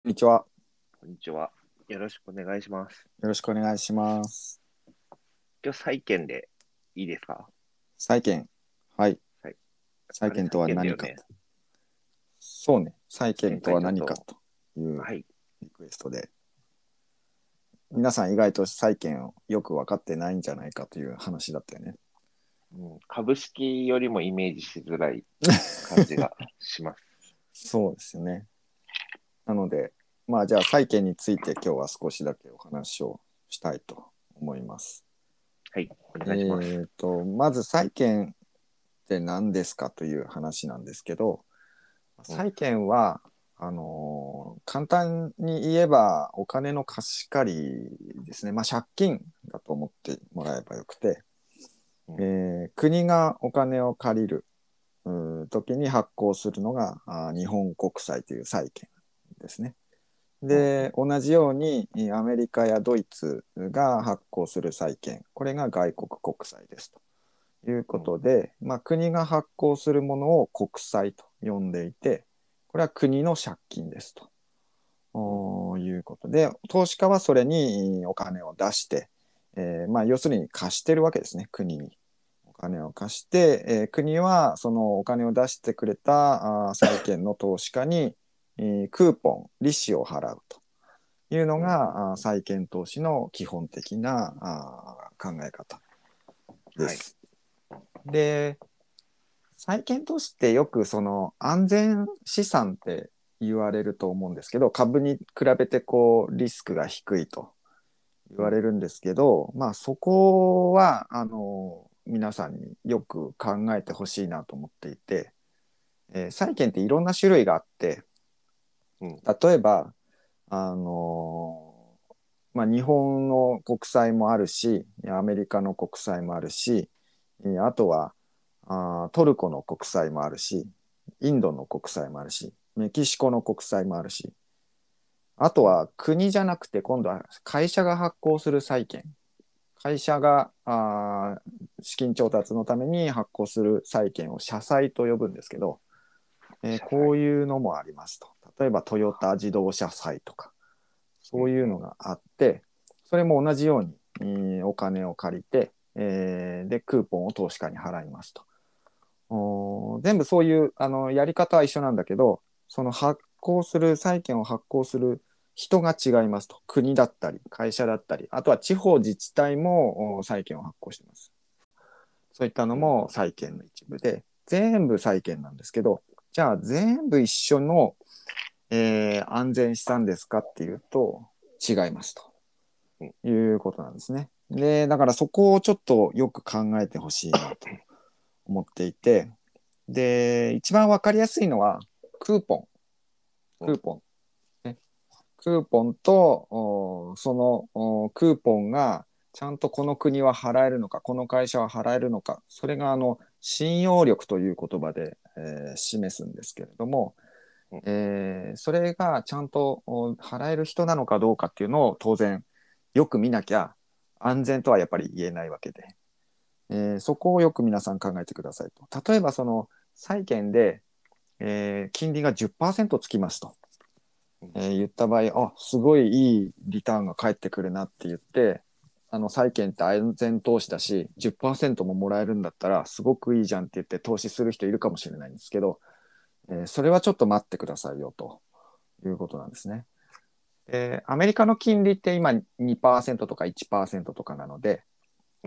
こんにちは。 こんにちは。よろしくお願いします。 よろしくお願いします。 今日債券でいいですか？ 債券。はい。 はい。 債券と債は券だよね。 何かと。そうね。債券前とは回ちょっと、 何かというはい。 リクエストで、皆さん意外と債券をよく分かってないんじゃないかという話だったよね。 うん、株式よりもイメージしづらい感じがします。 そうですよね。なので、まあじゃあ債券について今日は少しだけお話をしたいと思います。 はい。お願いします。 まず債券って何ですかという話なんですけど、 うん。 債券は、簡単に言えばお金の貸し借りですね。まあ、借金だと思ってもらえばよくて、 うん。 国がお金を借りる時に発行するのが日本国債という債券ですね。 うん。うん。 で、同じようにアメリカやドイツが発行する債券、これが外国国債ですというこうん。 とで、まあ、国が発行するものを国債と呼んでいて、これは国の借金ですうん。 ということで、投資家はそれにお金を出して、まあ、要するに貸してるわけですね、国に。お金を貸して、国はそのお金を出してくれた債券の投資家に、クーポン、利子を払うというのうん。 が債券投資の基本的な考え方ではい。 す。で、債券投資ってよくその安全資産って言われると思うんですけど、株に比べてこうリスクが低いと言うん。 われるんですけど、まあそこは皆さんによく考えてほしいなと思っていて、債券っていろんな種類があって、 うん。 例えばあのまあ、日本の国債もあるし、アメリカの国債もあるし、あとはトルコの国債もあるし、インドの国債もあるし、メキシコの国債もあるし、あとうん。 は国じゃなくて今度は会社が発行する債券。会社が資金調達のために発行する債券を社債と呼ぶんですけど、 社債。 こういうのもありますと。例えばトヨタ自動車債とか、そううん。うん。 いうのがあって、それも同じように、お金を借りて、で、クーポンを投資家に払いますと。全部そういうやり方は一緒なんだけど、その発行する、債券を発行する人が違いますと。国だったり、会社だったり、あとは地方自治体も債券を発行しています。そういったのうん。 も債券の一部で、全部債券なんですけど、じゃあ全部一緒の、安全資産ですかっていうと違いますと。 うん。 いうことなんですね。で、だからそこをちょっとよく考えてほしいなと思っていて、で、一番わかりやすいのはクーポン。 うん。 クーポン。ね、クーポンと、そのクーポンがちゃんとこの国は払えるのか、この会社は払えるのか、それが信用力という言葉で、示すんですけれども、 うん。 それがちゃんと払える人なのかどうかっていうのを当然よく見なきゃ安全とはやっぱり言えないわけで、そこをよく皆さん考えてくださいと。例えばその債券で、金利が10%つきますと、 うん。 言った場合、あ、すごいいいリターンが返ってくるなって言って、債券って安全投資だし、10%ももらえるんだったら、すごくいいじゃんって言って投資する人いるかもしれないんですけど、それはちょっと待ってくださいよということなんですね。アメリカの金利って今2%とか1%とかなので、 うん。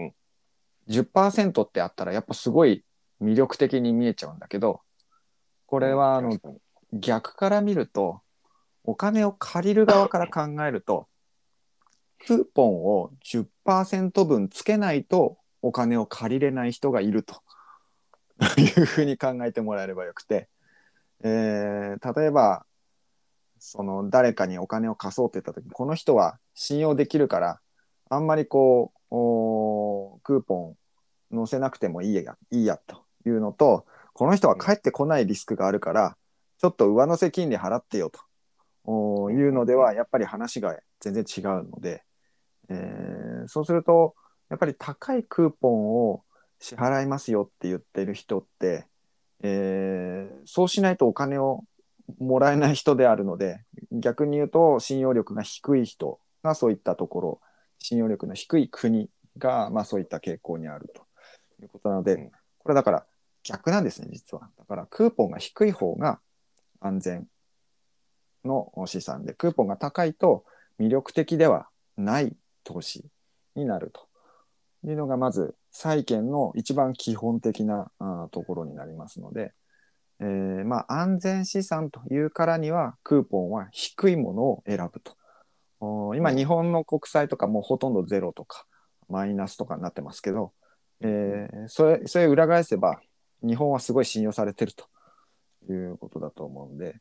10%ってあったらやっぱすごい魅力的に見えちゃうんだけど、こうん。 れは確かに。 逆から見ると、お金を借りる側から考えると、クーポンを10%分つけないとお金を借りれない人がいるというふうに考えてもらえればよくて、例えばその誰かにお金を貸そうって言った時にこの人は信用できるからあんまりこうクーポン載せなくてもいいやというのと、この人はうん。 返ってこないリスクがあるからちょっと上乗せ金利払ってよとうん。 いううん。うん。 のではやっぱり話が全然違うので、そうするとやっぱり高いクーポンを支払いますよって言ってる人って、そうしないとお金をもらえない人であるので、逆に言うと信用力が低い人がそういったところ、信用力の低い国が、まあ、そういった傾向にあるということなので、 うん。 これだから逆なんですね、実は。だからクーポンが低い方が安全の資産で、クーポンが高いと魅力的ではない投資になるというのが、まず債券の一番基本的なところになりますので、まあ、安全資産というからにはクーポンは低いものを選ぶと。今日本の国債とかもうほとんどゼロとかマイナスとかになってますけど、それ裏返せば日本はすごい信用されてるということだと思うんで、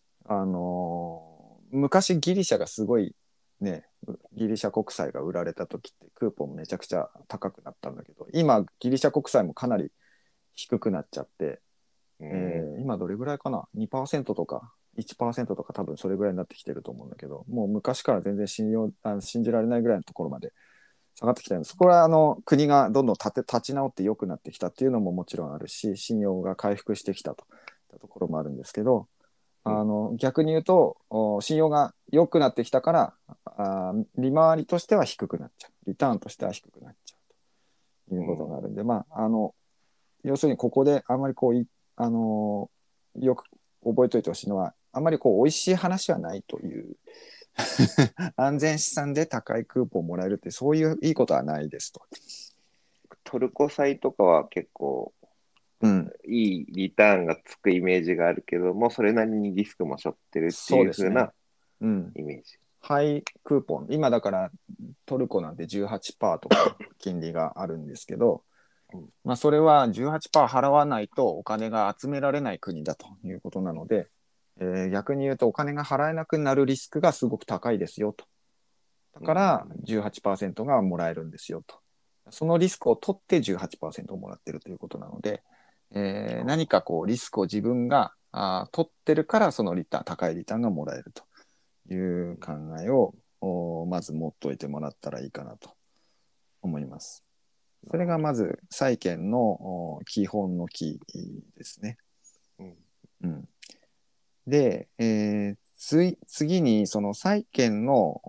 昔ギリシャがすごいね、ギリシャ国債が売られた時ってクーポンめちゃくちゃ高くなったんだけど、今ギリシャ国債もかなり低くなっちゃって、今どれぐらいかな、 2% とか1%とか多分それぐらいになってきてると思うんだけど、もう昔から全然信じられないぐらいのところまで下がってきたんです。そこは国がどんどん立ち直って良くなってきたっていうのももちろんあるし、信用が回復してきたといったところもあるんですけど、逆に言うと信用が良くなってきたから利回りとしては低くなっちゃう、リターンとしては低くなっちゃうということがあるんで、まあ要するにここであんまりよく覚えておいてほしいのは、あんまり美味しい話はないという安全資産で高いクーポンをもらえるってそういういいことはないですと。 トルコ債とかは結構うん、 いいリターンがつくイメージがあるけども、それなりにリスクも背負ってるってそういうですね。 風なうん。 イメージ。 ハイクーポン、今だからトルコなんて18%とか金利があるんですけど、 うん。 まあ、それは18%払わないとお金が集められない国だということなので、逆に言うとお金が払えなくなるリスクがすごく高いですよと。だから18%がもらえるんですよと。そのリスクを取って18%をもらってるということなので、何かリスクを自分が取ってるからその高いリターンがもらえるという考えをまず持っておいてもらったらいいかなと思います。それがまず債券の基本のキーですね。 うん。 うん、で、次にその債券の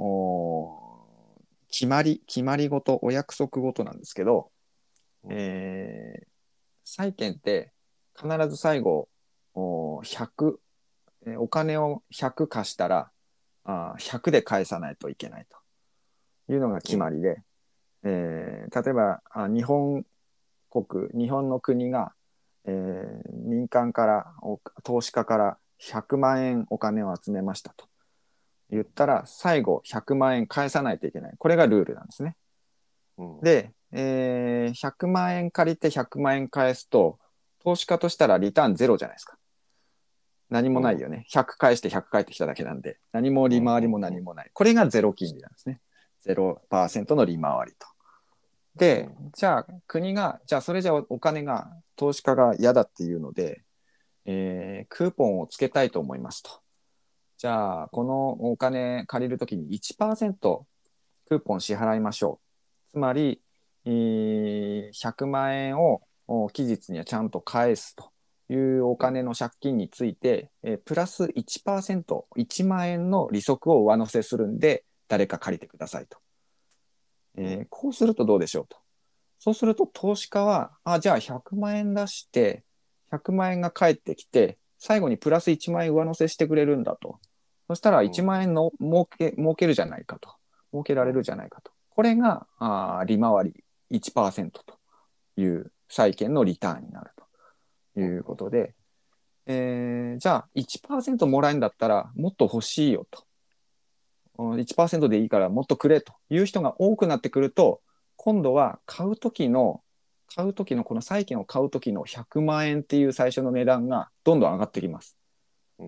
決まりごと、お約束ごとなんですけど、 うん。 債券って必ず最後100、お金を100貸したら100で返さないといけないというのが決まりで、例えば日本の国が、民間から投資家から100万円お金を集めましたと言ったら最後100万円返さないといけない、これがルールなんですね。 うん。 で、100万円借りて100万円返すと投資家としたらリターンゼロじゃないですか。何もうん。 ないよね。100返して100返ってきただけなんで、何もうん。 利回りもうん。 何もない。これがゼロ金利なんですね。0%の利回りと。で、 うん。 じゃあ国が、じゃあそれじゃお金が、投資家が嫌だっていうので、クーポンをつけたいと思いますと。じゃあ、このお金借りるときに1%クーポン支払いましょう。つまり、100万円を期日にはちゃんと返すというお金の借金について、プラス1%、1万円の利息を上乗せするんで、誰か借りてくださいと。 うん。 こうするとどうでしょうと。そうすると投資家は、じゃあ100万円出して、100万円が返ってきて、最後にプラス1万円上乗せしてくれるんだと。そしたら1 うん。 万円の儲けるじゃないかと。儲けられるうん。 じゃないかと。これが利回り1%という債券のリターンになるということで、じゃあ1%もらえるんだったらもっと欲しいよと。1%でいいからもっとくれという人が多くなってくると、今度は買う時のこの債券を買う時の100万円っていう最初の値段がどんどん上がってきます。 うん。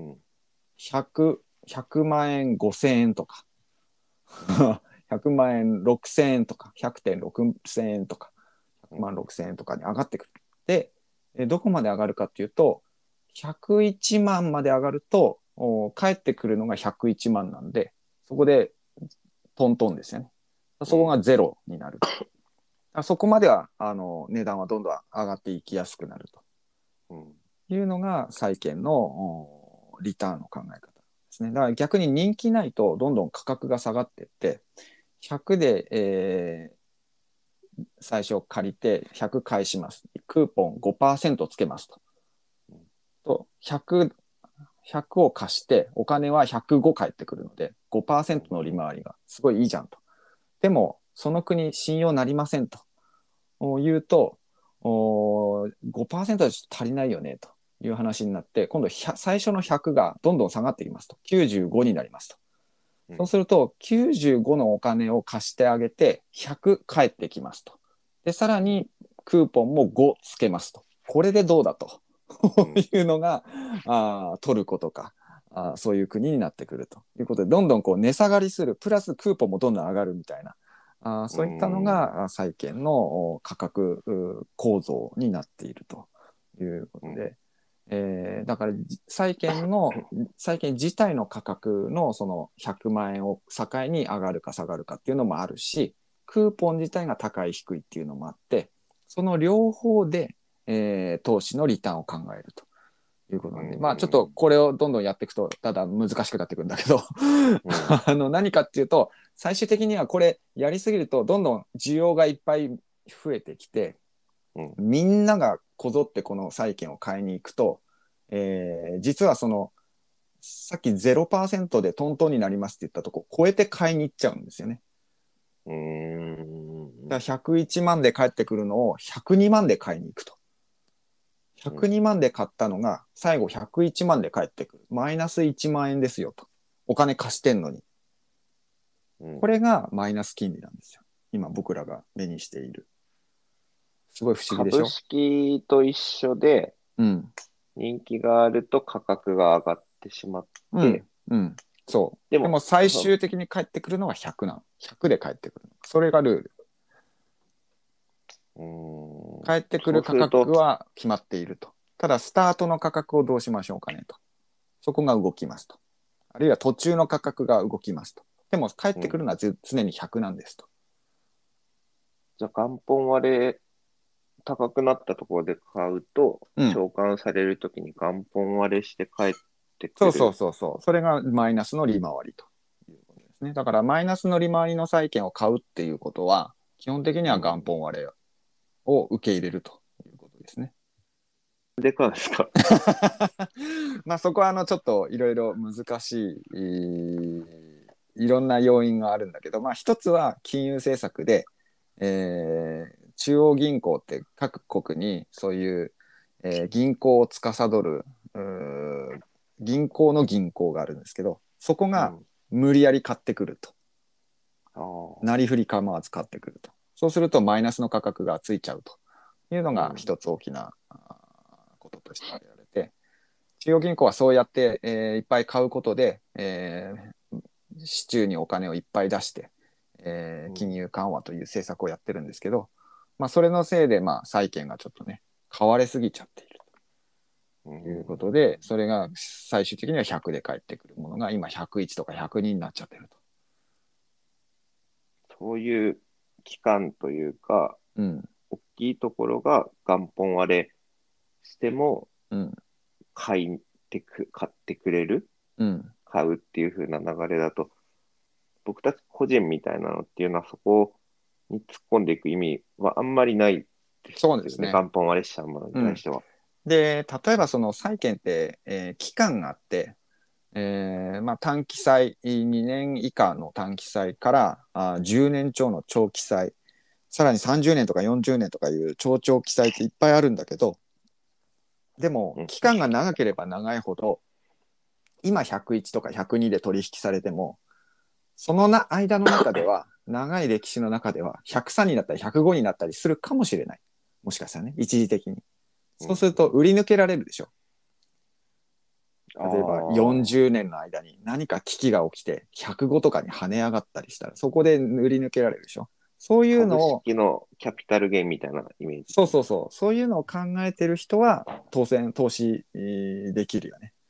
100万円5000円とか、100万円6000円とか、100.6千円とか、100万6000円とかに上がってくる。で、どこまで上がるかっていうと、101万まで上がると、返ってくるのが101万なんで、そこでトントンですよね。そこがゼロになる。そこまでは値段はどんどん上がっていきやすくなるとうん。 いうのが債券のリターンの考え方ですね。だから逆に人気ないとどんどん価格が下がっていって、100で、最初借りて100返します。クーポン 5% つけますと。100を貸してお金は105返ってくるので 5% の利回りがすごいいいじゃんと。でもその国信用なりませんと言うと5% でちょっと足りないよねという話になって今度最初の100がどんどん下がってきますと95になりますと。そうすると95のお金を貸してあげて100返ってきますと。でさらにクーポンも5つけますと。これでどうだというのがトルコとかそういう国になってくるということでどんどんこう値下がりするプラスクーポンもどんどん上がるみたいなそういったのが債券の価格構造になっているということで、だから債券自体の価格のその100万円を境に上がるか下がるかっていうのもあるしクーポン自体が高い低いっていうのもあってその両方で、投資のリターンを考えるということなんで、まあちょっとこれをどんどんやっていくとただ難しくなってくるんだけど何かっていうと最終的にはこれやりすぎるとどんどん需要がいっぱい増えてきて、みんながこぞってこの債券を買いに行くと、実はそのさっき 0% でトントンになりますって言ったとこ超えて買いに行っちゃうんですよね。だから101万で返ってくるのを102万で買いに行くと。102万で買ったのが最後101万で返ってくる。マイナス1万円ですよと。お金貸してんのに。これがマイナス金利なんですよ。今僕らが目にしている。すごい不思議でしょ。 株式と一緒で、人気があると価格が上がってしまって、 そう。でも最終的に返ってくるのは100なん。100で返ってくる。それがルール。返ってくる価格は決まっていると。ただスタートの価格をどうしましょうかねと。そこが動きますと。あるいは途中の価格が動きますと。でも返ってくるのは常に100なんですと。 じゃあ元本割れ高くなったところで買うと、償還されるときに元本割れして返ってくる。 そう。それがマイナスの利回りということですね。だからマイナスの利回りの債券を買うっていうことは、基本的には元本割れを受け入れるということですね。 でかですかまあそこはちょっといろいろ難しい、いろんな要因があるんだけど、まあ一つは金融政策で、中央銀行って各国にそういう、銀行を司る銀行の銀行があるんですけどそこが無理やり買ってくると、なりふり構わず買ってくるとそうするとマイナスの価格がついちゃうというのが一つ大きなこととして挙げられて、中央銀行はそうやって、いっぱい買うことで、市中にお金をいっぱい出して、金融緩和という政策をやってるんですけど、まあ、それのせいで、まあ、債券がちょっとね買われすぎちゃっているということで、それが最終的には100で返ってくるものが今101とか102になっちゃってると。 そういう期間というか、大きいところが元本割れしても買ってくれる、買うっていう風な流れだと、僕たち個人みたいなのっていうのはそこに突っ込んでいく意味はあんまりないですよね。 そうですね。 元本割れしちゃうものに対しては。 で、例えばその債券って、期間があって、まあ、短期債2年以下の短期債から10年超の長期債さらに30年とか40年とかいう超長期債っていっぱいあるんだけどでも期間が長ければ長いほど今101とか102で取引されてもその間の中では長い歴史の中では103になったり105になったりするかもしれない。もしかしたらね一時的に。そうすると売り抜けられるでしょ。例えば40年の間に何か危機が起きて105とかに跳ね上がったりしたらそこで売り抜けられるでしょ。そういうのを株式のキャピタルゲインみたいなイメージ。 そういうのを考えてる人は当然投資できるよね。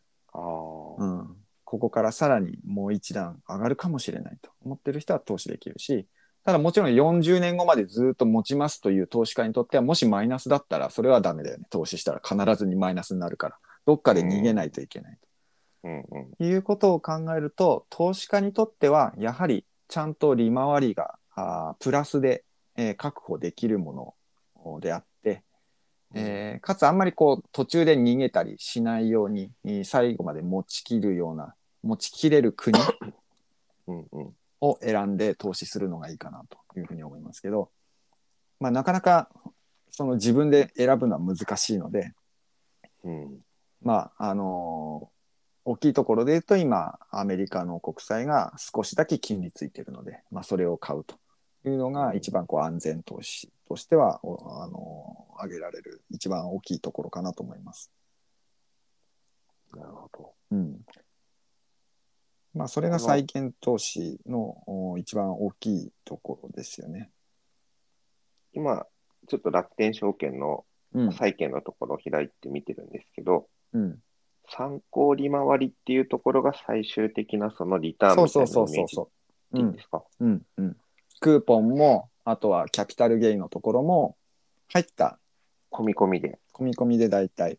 ここからさらにもう一段上がるかもしれないと思ってる人は投資できるし、ただもちろん40年後までずっと持ちますという投資家にとってはもしマイナスだったらそれはダメだよね。投資したら必ずにマイナスになるからどっかで逃げないといけないと。 いうことを考えると、投資家にとってはやはりちゃんと利回りがプラスで、確保できるものであって、かつあんまりこう途中で逃げたりしないように、最後まで持ちきれる国を選んで投資するのがいいかなというふうに思いますけど、まあ、なかなかその自分で選ぶのは難しいので、まあ大きいところで言うと今アメリカの国債が少しだけ金利ついているので、まあ、それを買うというのが一番こう安全投資としては挙げられる一番大きいところかなと思います。 なるほど。 まあそれが債券投資の一番大きいところですよね。 今ちょっと楽天証券の債券のところを開いて見てるんですけど、参考利回りっていうところが最終的なそのリターンみたいなイメージでいいんですか？ クーポンもあとはキャピタルゲインのところも入った込み込みでだいたい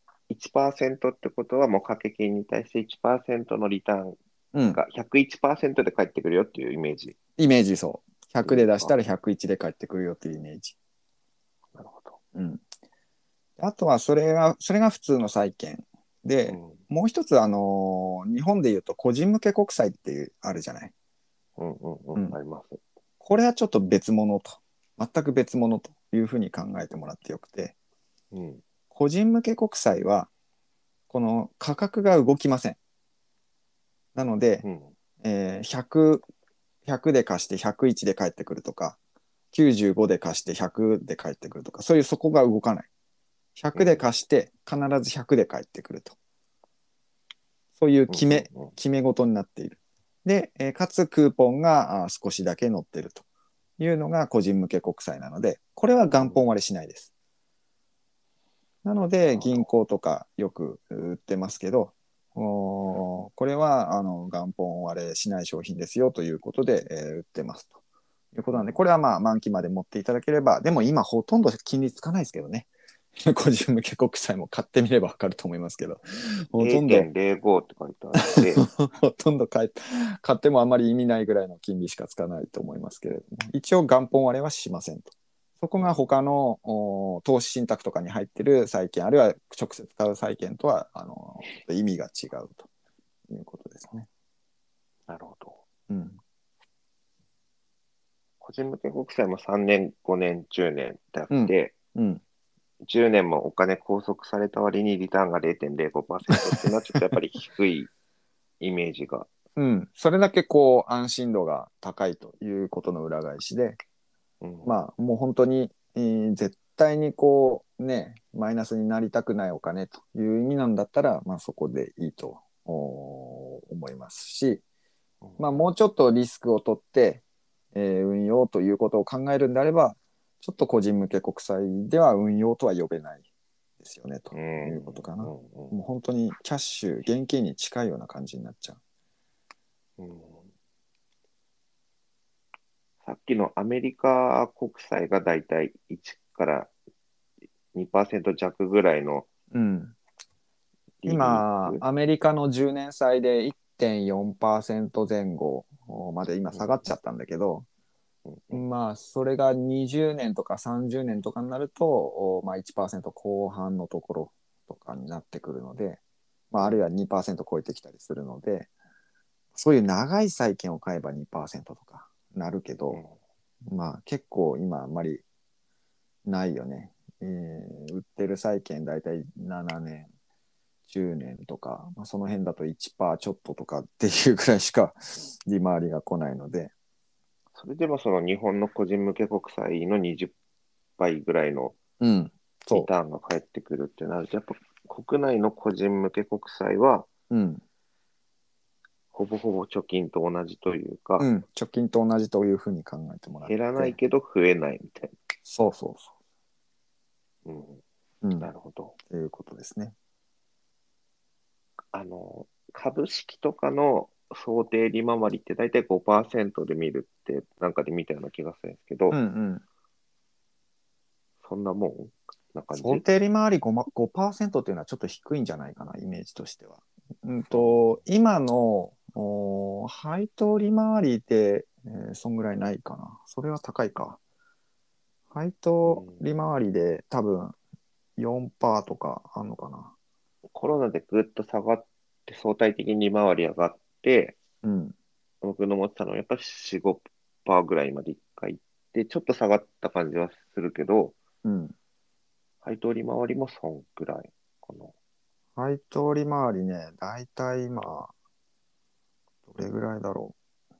1% ってことはもう掛け金に対して 1% のリターンが 101% で返ってくるよっていうイメージ。 そう。100で出したら101で返ってくるよっていうイメージ。 なるほど。 あとはそれが普通の債券で、もう一つ日本でいうと個人向け国債っていうあるじゃない。 あります。 これはちょっと別物と全く別物というふうに考えてもらってよくて、個人向け国債はこの価格が動きません。なので、100で貸して101で返ってくるとか、95で貸して100で返ってくるとか、そういうそこが動かない。100で貸して必ず100で返ってくると。そういう決め事になっている。で、かつクーポンが少しだけ載っているというのが個人向け国債なので、これは元本割れしないです。なので、銀行とかよく売ってますけど、これは元本割れしない商品ですよということで、売ってますということなんで、これはまあ満期まで持っていただければ、でも今ほとんど金利つかないですけどね。個人向け国債も買ってみれば分かると思いますけど、 ほとんど 0.05 って書いてあってほとんど買ってもあまり意味ないぐらいの金利しかつかないと思いますけれども、一応元本割れはしませんと。そこが他の投資信託とかに入ってる債券、あるいは直接買う債券とは意味が違うということですね。 なるほど。個人向け国債も3年、5年、10年ってあって、10年もお金拘束された割にリターンが 0.05% っていうのはちょっとやっぱり低いイメージが。 それだけこう安心度が高いということの裏返しで、まあもう本当に、絶対にこうねマイナスになりたくないお金という意味なんだったら、まあ、そこでいいと思いますし、まあ、もうちょっとリスクを取って、運用ということを考えるんであれば、ちょっと個人向け国債では運用とは呼べないですよねということかな。もう本当にキャッシュ現金に近いような感じになっちゃう。 さっきのアメリカ国債がだいたい1から2% 弱ぐらいの、 今アメリカの10年債で 1.4% 前後まで今下がっちゃったんだけど、まあそれが20年とか30年とかになると、まあ、1% 後半のところとかになってくるので、まあ、あるいは 2% 超えてきたりするので、そういう長い債券を買えば 2% とかなるけど、まあ結構今あんまりないよね。売ってる債券だいたい7年10年とか、まあ、その辺だと 1% ちょっととかっていうくらいしか利回りが来ないので、 それでもその日本の個人向け国債の20倍ぐらいのリターンが返ってくるってなると、やっぱ国内の個人向け国債は、ほぼほぼ貯金と同じというか、 貯金と同じというふうに考えてもらって。 減らないけど増えないみたいな。 そうそうそう。なるほど。 ということですね。 株式とかの想定利回りって大体 5% で見るってなんかで見たような気がするんですけど、そんなもんな感じ？ 想定利回り 5% っていうのはちょっと低いんじゃないかな、イメージとしては。 今の配当利回りで、そんぐらいないかな。それは高いか。配当利回りで多分4%とかあんのかな。 コロナでぐっと下がって相対的に利回り上がって、 うん。 僕の思ってたのはやっぱり4、5%ぐらいまで一回行って、ちょっと下がった感じはするけど、 うん。 配当利回りもそんくらいかな。 配当利回りね、だいたい今、どれぐらいだろ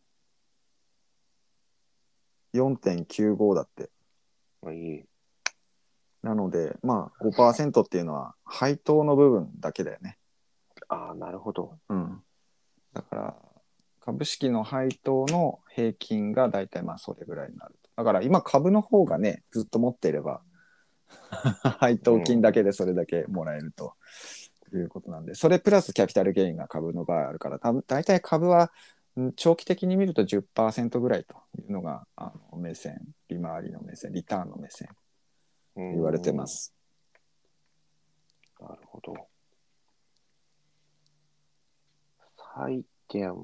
う。4.95だって。 まあいい。 なので、まあ5%っていうのは配当の部分だけだよね。 ああ、なるほど。 うん。だから、株式の配当の平均がだいたいまあそれぐらいになると。だから今株の方がね、ずっと持っていれば、配当金だけでそれだけもらえるということなんで、それプラスキャピタルゲインが株の場合あるから、だいたい株は長期的に見ると10%ぐらいというのが目線、利回りの目線、リターンの目線言われてます。 なるほど。債券、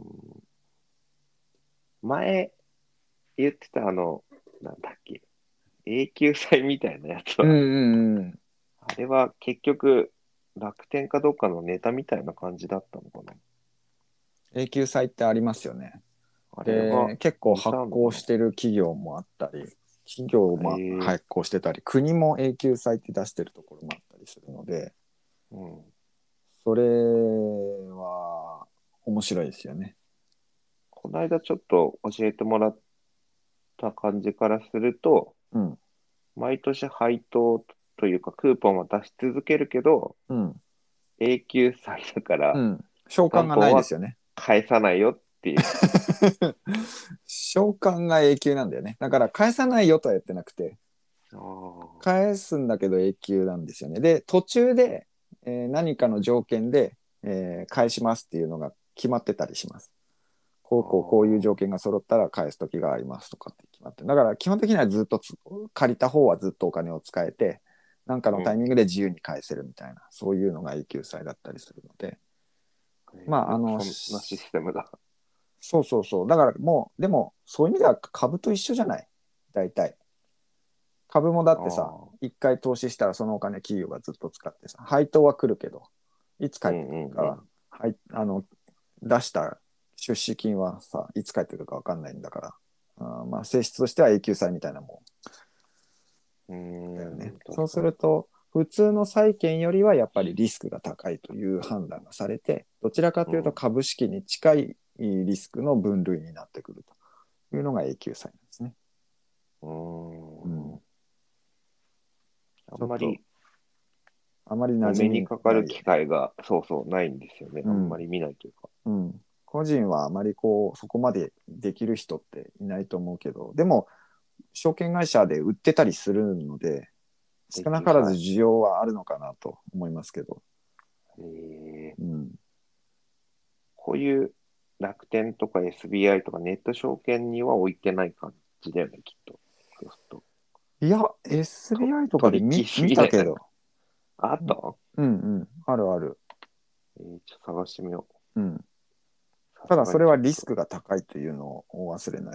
前言ってたなんだっけ、永久債みたいなやつは、あれは結局楽天かどっかのネタみたいな感じだったのかな。 永久債ってありますよね。 あれはで、結構似た発のかな。 行してる企業もあったり、企業もええ発行してたり、国も永久債って出してるところもあったりするので、 うん。 それは面白いですよね。 この間ちょっと教えてもらった感じからすると、 うん。 毎年配当というかクーポンは出し続けるけど、 うん。 永久債だから、 うん。償還が元本はないですよね。 返さないよっていう。 償還が永久なんだよね。だから返さないよとは言ってなくて、 ああ、 返すんだけど永久なんですよね。で、途中で、何かの条件で、返しますっていうのが決まってたりします。こういう条件が揃ったら返す時がありますとかって決まってる。だから基本的にはずっと借りた方はずっとお金を使えて、なんかのタイうん。 ミングで自由に返せるみたいな、そういうのが永久債だったりするので、まあ、 なんかそんなシステムだ。 そうそうそう。だからもう、でも、そういう意味では株と一緒じゃない。大体。株もだあってさ、 あ、 一回投資したらそのお金企業がずっと使ってさ、配当は来るけど、いつう帰ってくるか、 んうんうん。 はい、出した出資金はさ、いつ帰ってくるか分かんないんだから、まあ、性質としては永久債みたいなもうーんだよね。 ん、 そう確かに。 すると、普通の債券よりはやっぱりリスクが高いという判断がされて、どちらかというとうん。 株式に近いリスクの分類になってくるというのが永久債なんですね。 ううん。 ーん。あちょっと、 んまりあまりお馴染み目にかかる機ないよね。 会が、そうそう、ないんですよね。 うん。 あんまり見ないというか。 うん。個人はあまりこう、そこまでできる人っていないと思うけど、でも、証券会社で売ってたりするので、 永少なからず久債。 需要はあるのかなと思いますけど。 えーうん。 こういう楽天とか SBI とかネット証券には置いてない感じだよね、きっと。そうすると。 いや、SBI とかで取引し見みたいな。 たけど。 あったうんうん。あるある。 ちょっと探してみようん。 う。さただすがそれはリスにちょっと。 クが高いというのをお忘れない。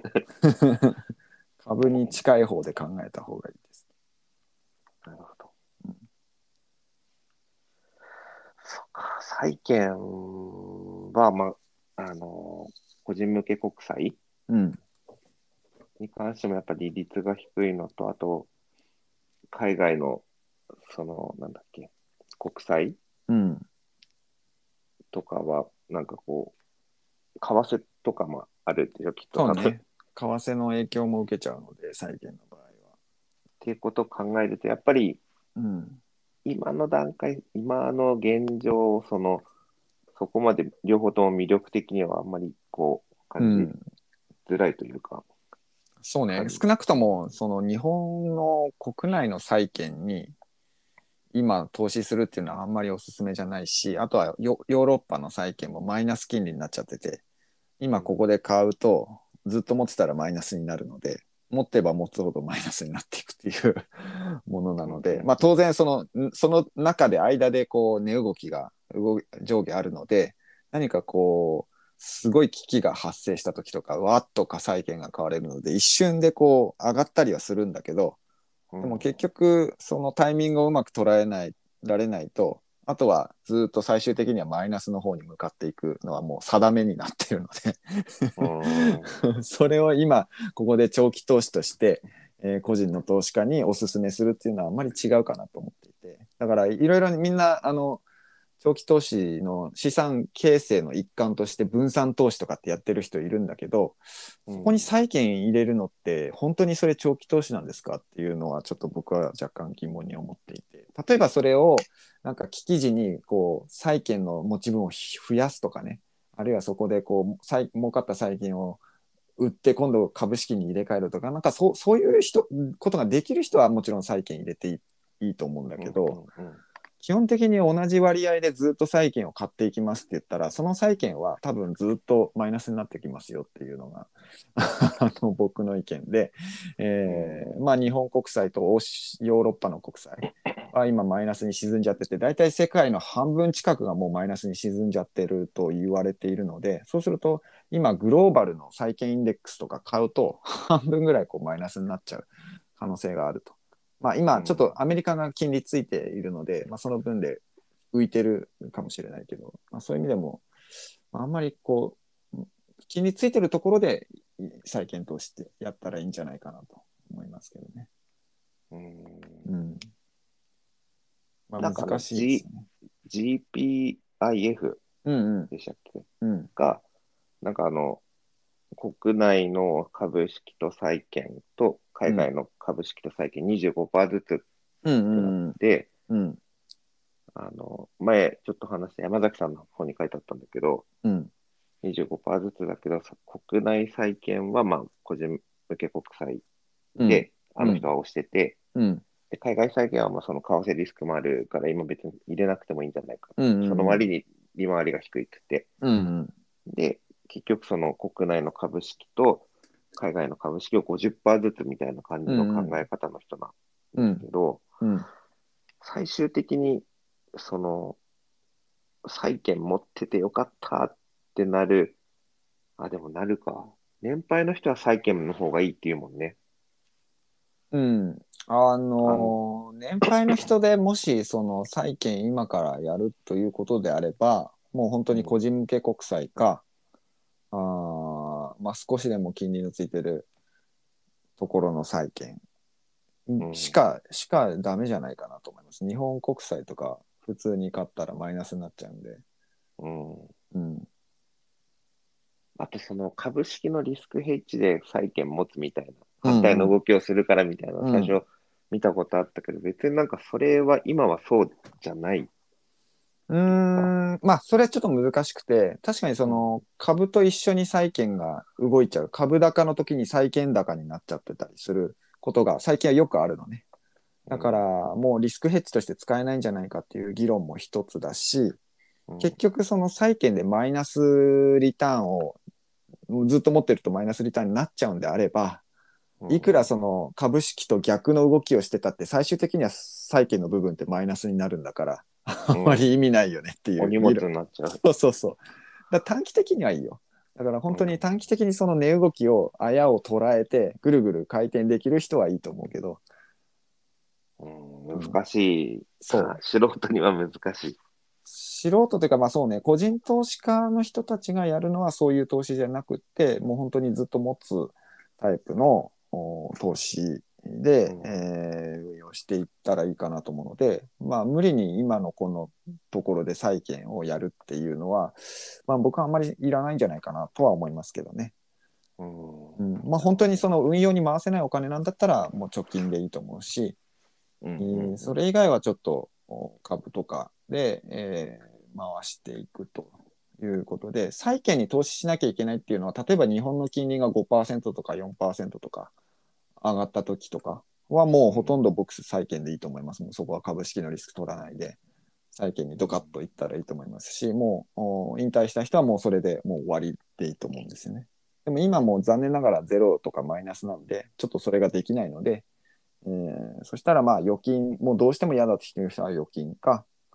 株に近い方で考えた方がいいです。 なるほど。そっか、債券は、まあ、個人向け国債うん。 に関してもやっぱり利率が低いのと、あと、海外の、なんだっけ、国債うん。 とかは、なんかこう、為替とかもあるでしょ、きっと多分。っそうね。為替の影響も受けちゃうので、債券の場合は。 ていうことを考えると、やっぱり、 うん。 今の段階、今の現状、そこまで両方とも魅力的にはあんまりこう、感じうん。 づらいというか、 そうね。 感じ。 少なくとも、その日本の国内の債券に今投資するっていうのはあんまりおすすめじゃないし、あとはヨーロッパの債券もマイナス金利になっちゃってて、今ここで買うとずっと持ってたらマイナスになるので、持ってば持つほどマイナスになっていくっていうものなので、 うんうんまあ当然その中で間でこう値動きが上下あるので、何かこうすごい危機が発生した時とかわっと火災圏が変われるので一瞬でこう上がったりはするんだけど、でも結局そのタイミングをうまく捉えないられないと、あとはずっと最終的にはマイナスの方に向かっていくのはもう定めになっているのでそれを今ここで長期投資として、個人の投資家にお勧めするっていうのはあんまり違うかなと思っていて、だからいろいろみんな長期投資の資産形成の一環として分散投資とかってやってる人いるんだけど、そこに債券入れるのって本当にそれ長期投資なんですかっていうのはちょっと僕は若干疑問に思っていて、例えばそれをなんか危機時にこう債券の持ち分を増やすとかね、あるいはそこでこう儲かった債券を売って今度株式に入れ替えるとか、なんかそういうことができる人はもちろん債券入れていいと思うんだけど、基本的に同じ割合でずっと債券を買っていきますって言ったら、その債券は多分ずっとマイナスになってきますよっていうのが僕の意見で、まあ日本国債とヨーロッパの国債は今マイナスに沈んじゃってて、大体世界の半分近くがもうマイナスに沈んじゃってると言われているので、そうすると今グローバルの債券インデックスとか買うと半分ぐらいこうマイナスになっちゃう可能性があると。まあ、今ちょっとアメリカが金利ついているので、まあ、その分で浮いてるかもしれないけど、まあ、そういう意味でも、あんまりこう金利ついてるところで債券投資ってやったらいいんじゃないかなと思いますけどね。まあ、難しいですね。 GPIF でしたっけ、が、なんか国内の株式と債券と海外の株式と債券25%ずつってなって、前ちょっと話した山崎さんの方に書いてあったんだけど、25%ずつだけど、国内債券はまあ個人向け国債で、あの人は押してて、で海外債券はまあその為替リスクもあるから今別に入れなくてもいいんじゃないか。その割に利回りが低いって言って、で、結局その国内の株式と海外の株式を50%ずつみたいな感じの考え方の人なんですけど、最終的にその債券持っててよかったってなる、でもなるか。年配の人は債券の方がいいっていうもんね。 年配の人でもしその債券今からやるということであれば、もう本当に個人向け国債か、まあ、少しでも金利のついてるところの債券しかダメじゃないかなと思います。日本国債とか普通に買ったらマイナスになっちゃうんで。 あとその株式のリスクヘッジで債券持つみたいな、反対の動きをするからみたいな、最初見たことあったけど、別になんかそれは今はそうじゃない。 まあそれはちょっと難しくて、確かにその株と一緒に債券が動いちゃう、株高の時に債券高になっちゃってたりすることが最近はよくあるのね。だからもうリスクヘッジとして使えないんじゃないかっていう議論も一つだし、結局その債券でマイナスリターンをずっと持ってるとマイナスリターンになっちゃうんであれば、いくらその株式と逆の動きをしてたって最終的には債券の部分ってマイナスになるんだからあんまり意味ないよねっていう、 お荷物になっちゃう。 そうだ短期的にはいいよ。だから本当に短期的にその値動きをあやを捉えてぐるぐる回転できる人はいいと思うけど、 難しい。 そう素人には難しい。 素人というかまあそうね、個人投資家の人たちがやるのはそういう投資じゃなくってもう本当にずっと持つタイプの投資で、運用していったらいいかなと思うので、まあ無理に今のこのところで債券をやるっていうのは、まあ僕はあんまりいらないんじゃないかなとは思いますけどね。まあ本当にその運用に回せないお金なんだったらもう貯金でいいと思うし、それ以外はちょっと株とかで、回していくということで、債券に投資しなきゃいけないっていうのは、例えば日本の金利が 5% とか 4% とか上がった時とかはもうほとんどボックス債券でいいと思います。もうそこは株式のリスク取らないで債券にドカッといったらいいと思いますし、もう引退した人はもうそれでもう終わりでいいと思うんですよね。でも今もう残念ながらゼロとかマイナスなんで、ちょっとそれができないので、そしたらまあ預金、もうどうしても嫌だという人は預金か、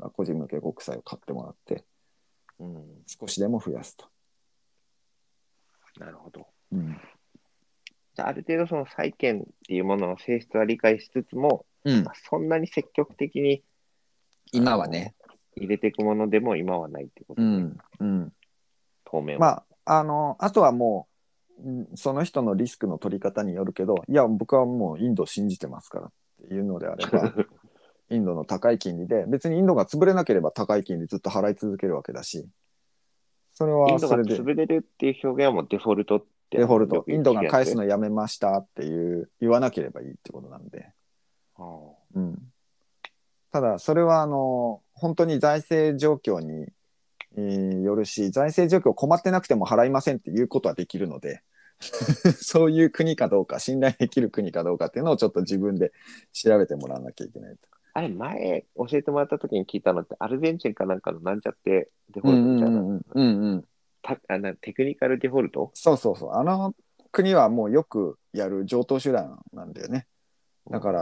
個人向け国債を買ってもらって、 うん、 少しでも増やすと。 なるほど。 うん、 じゃあ、ある程度その債券っていうものの性質は理解しつつも、 うん、 まあ、そんなに積極的に今はね。 入れていくものでも今はないってことで、 うんうん、 当面は。 まああとはもうその人のリスクの取り方によるけど、いや僕はもうインドを信じてますからっていうのであればインドの高い金利で、別にインドが潰れなければ高い金利ずっと払い続けるわけだし、それインドがはそれで潰れるっていう表現はもうデフォルトってデフォルト、 よくインド聞くやつ。 が返すのやめましたって言わなければいいってことなんで、うん、ただそれは本当に財政状況に、よるし、財政状況困ってなくても払いませんっていうことはできるのでそういう国かどうか、信頼できる国かどうかっていうのをちょっと自分で調べてもらわなきゃいけないと。 あれ、前教えてもらった時に聞いたのって、アルゼンチンかなんかのなんちゃってデフォルトみたいな、テクニカルデフォルト。 そうそうそう。国はもうよくやる常套手段なんだよね。だから、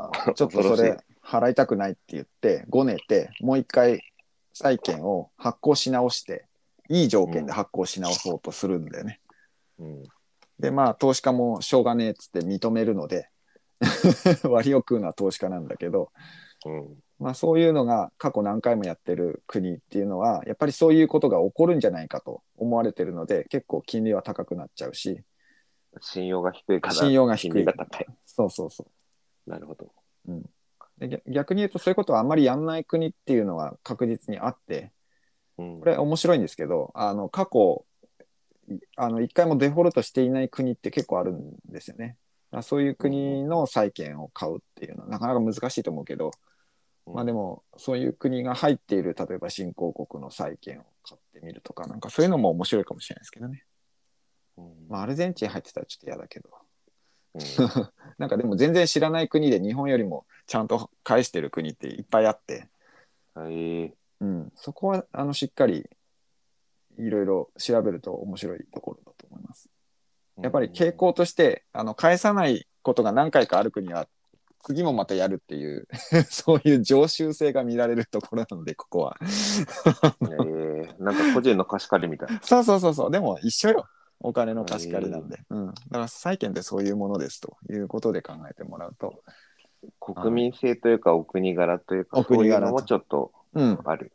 ちょっとそれ払いたくないって言って、ごねて、もう一回債券を発行し直して、いい条件で発行し直そうとするんだよね。で、まあ、投資家もしょうがねえっつって認めるので、割を食うのは投資家なんだけど、まあ、そういうのが過去何回もやってる国っていうのは、やっぱりそういうことが起こるんじゃないかと思われてるので、結構金利は高くなっちゃうし、 信用が低いから信用が金低い。 利が高い。 そうそうそう。なるほど。 うん、で逆に言うとそういうことはあんまりやんない国っていうのは確実にあって、これ面白いんですけど、過去一回もデフォルトしていない国って結構あるんですよね。そういう国の債券を買うっていうのはなかなか難しいと思うけど、まあでもそういう国が入っている例えば新興国の債券を買ってみるとか、なんかそういうのも面白いかもしれないですけどね。まあアルゼンチン入ってたらちょっと嫌だけど。なんかでも全然知らない国で日本よりもちゃんと返してる国っていっぱいあって、そこはしっかりいろいろ調べると面白いところだと思います。やっぱり傾向として返さないことが何回かある国は次もまたやるっていうそういう常習性が見られるところなので、ここはなんか個人の貸し借りみたいな。 そうそうそうそう、でも一緒よ。お金の貸し借りなんで、だから債券ってそういうものですということで考えてもらうと、 国民性というかお国柄というか、そういうのもちょっとある。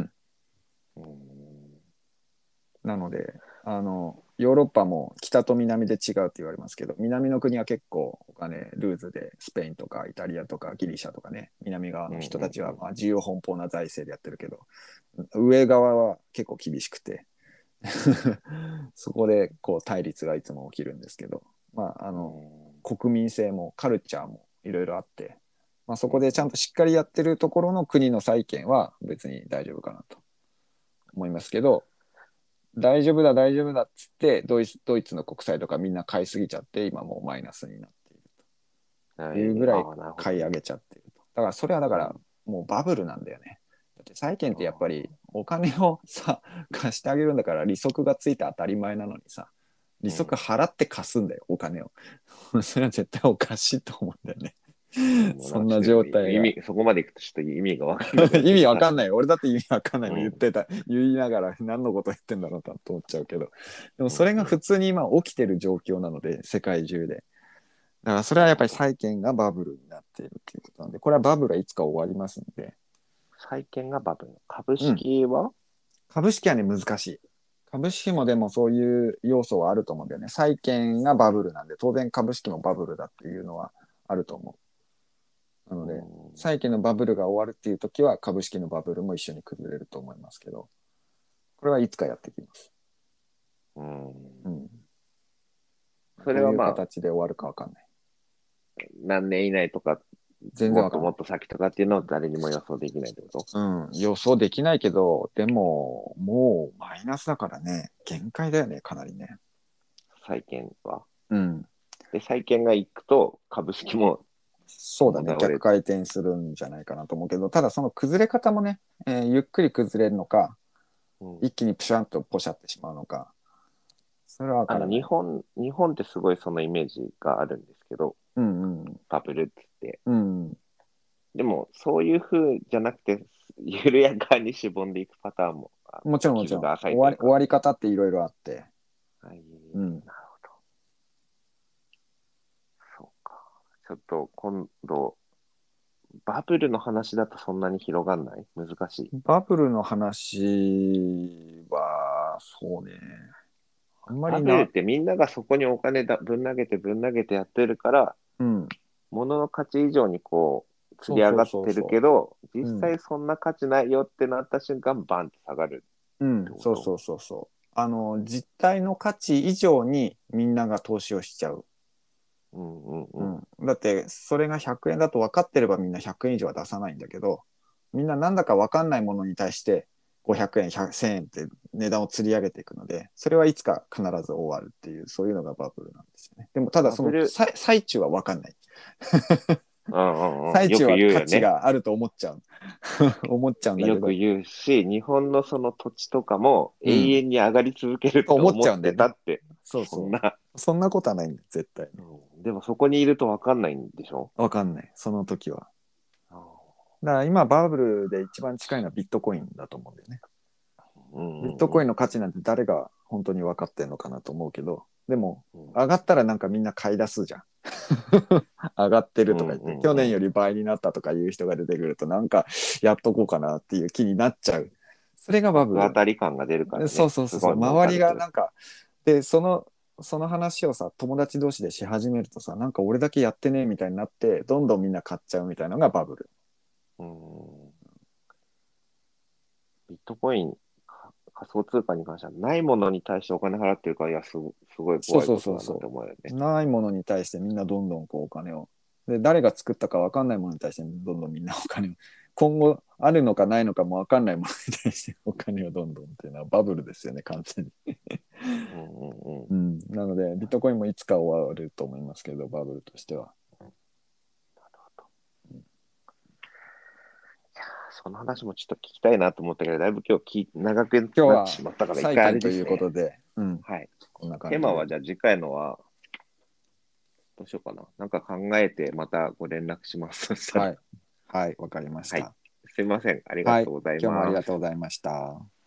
なのでヨーロッパも北と南で違うって言われますけど、南の国は結構お金ルーズで、スペインとかイタリアとかギリシャとかね、南側の人たちはまあ自由奔放な財政でやってるけど、上側は結構厳しくてそこでこう対立がいつも起きるんですけど、まあ国民性もカルチャーもいろいろあって、まあ、そこでちゃんとしっかりやってるところの国の債券は別に大丈夫かなと思いますけど、大丈夫だ大丈夫だっつってドイツの国債とかみんな買いすぎちゃって、今もうマイナスになっているというぐらい買い上げちゃってると。だからそれはだからもうバブルなんだよね。だって債券ってやっぱりお金をさ貸してあげるんだから利息がついて当たり前なのにさ、利息払って貸すんだよ、お金を。それは絶対おかしいと思うんだよね。そんな状態が。 そこまでいくとちょっと意味がわかんない。 意味わかんない。俺だって意味わかんないの言いながら何のこと言ってんだろうと思っちゃうけど。でもそれが普通に今起きてる状況なので、世界中で。だからそれはやっぱり債券がバブルになっているっていうことなんで、これはバブルはいつか終わりますので。 債券がバブル。株式は、 株式はね、難しい。株式もでもそういう要素はあると思うんだよね。債券がバブルなんで、当然株式もバブルだっていうのはあると思う。なので、債券のバブルが終わるっていう時は株式のバブルも一緒に崩れると思いますけど、これはいつかやってきます。それはどういう形で終わるかわかんない。 何年以内とか、 全然わかんない。 もっと先とかっていうのは誰にも予想できないってこと？ 予想できないけど、でも、もうマイナスだからね、限界だよね、かなりね。 債券は。 で、 債券が行くと株式もそうだね、逆回転するんじゃないかなと思うけど、ただその崩れ方もね、ゆっくり崩れるのか、一気にプシャンとポシャってしまうのか、それは分からない。 日本ってすごいそのイメージがあるんですけど、バブルって言って。でも、そういう風じゃなくて、 緩やかにしぼんでいくパターンも。 もちろんもちろん。終わり方っていろいろあって。はい。うん。なるほど。 そうか。ちょっと今度、バブルの話だとそんなに広がんない？難しい。 バブルの話は、そうね。 あんまりバブルってみんながそこにお金ぶん投げてやってるから、うん、物の価値以上にこう、釣り上がってるけど、実際そんな価値ないよってなった瞬間、バンって下がる。 うん、そうそうそうそう。実態の価値以上にみんなが投資をしちゃう。うんうんうんうん、だってそれが100円だと分かってればみんな100円以上は出さないんだけど、みんななんだか分かんないものに対して500円1000円って値段を釣り上げていくので、それはいつか必ず終わるっていう、そういうのがバブルなんですよね。でもただその最中は分かんない。最中は価値があると思っちゃう。思っちゃうんだけど。 よく言うし、日本のその土地とかも永遠に上がり続けると思ってたって。 そうそう。そんなことはないんだ、絶対、 でもそこにいると分かんないんでしょ？ 分かんない、その時は。だから今バブルで一番近いのはビットコインだと思うんだよね。ビットコインの価値なんて誰が本当に分かってんのかなと思うけど、でも上がったらなんかみんな買い出すじゃん。上がってるとか言って、去年より倍になったとかいう人が出てくると、なんかやっとこうかなっていう気になっちゃう。それがバブル。 当たり感が出るからね。 そうそうそう。周りがなんか、で、その話をさ、友達同士でし始めるとさ、なんか俺だけやってねえみたいになって、どんどんみんな買っちゃうみたいなのがバブル。 ビットコイン、仮想通貨に関しては、ないものに対してお金払ってるから、いや、すごい怖いことだなと思うよね。 ないものに対してみんなどんどんこうお金を。で、誰が作ったか分かんないものに対してどんどんみんなお金を。今後あるのかないのかも分かんないものに対してお金をどんどんっていうのはバブルですよね、完全に。なので、ビットコインもいつか終わると思いますけど、バブルとしては。 その話もちょっと聞きたいなと思ったけど、だいぶ今日長くなってしまったから、一回あれですね。 ということで、 はい。こんな感じ。テーマはじゃあ次回のは、どうしようかな。なんか考えてまたご連絡します。 はい。はい、わかりました。 すいません。ありがとうございます。 今日もありがとうございました。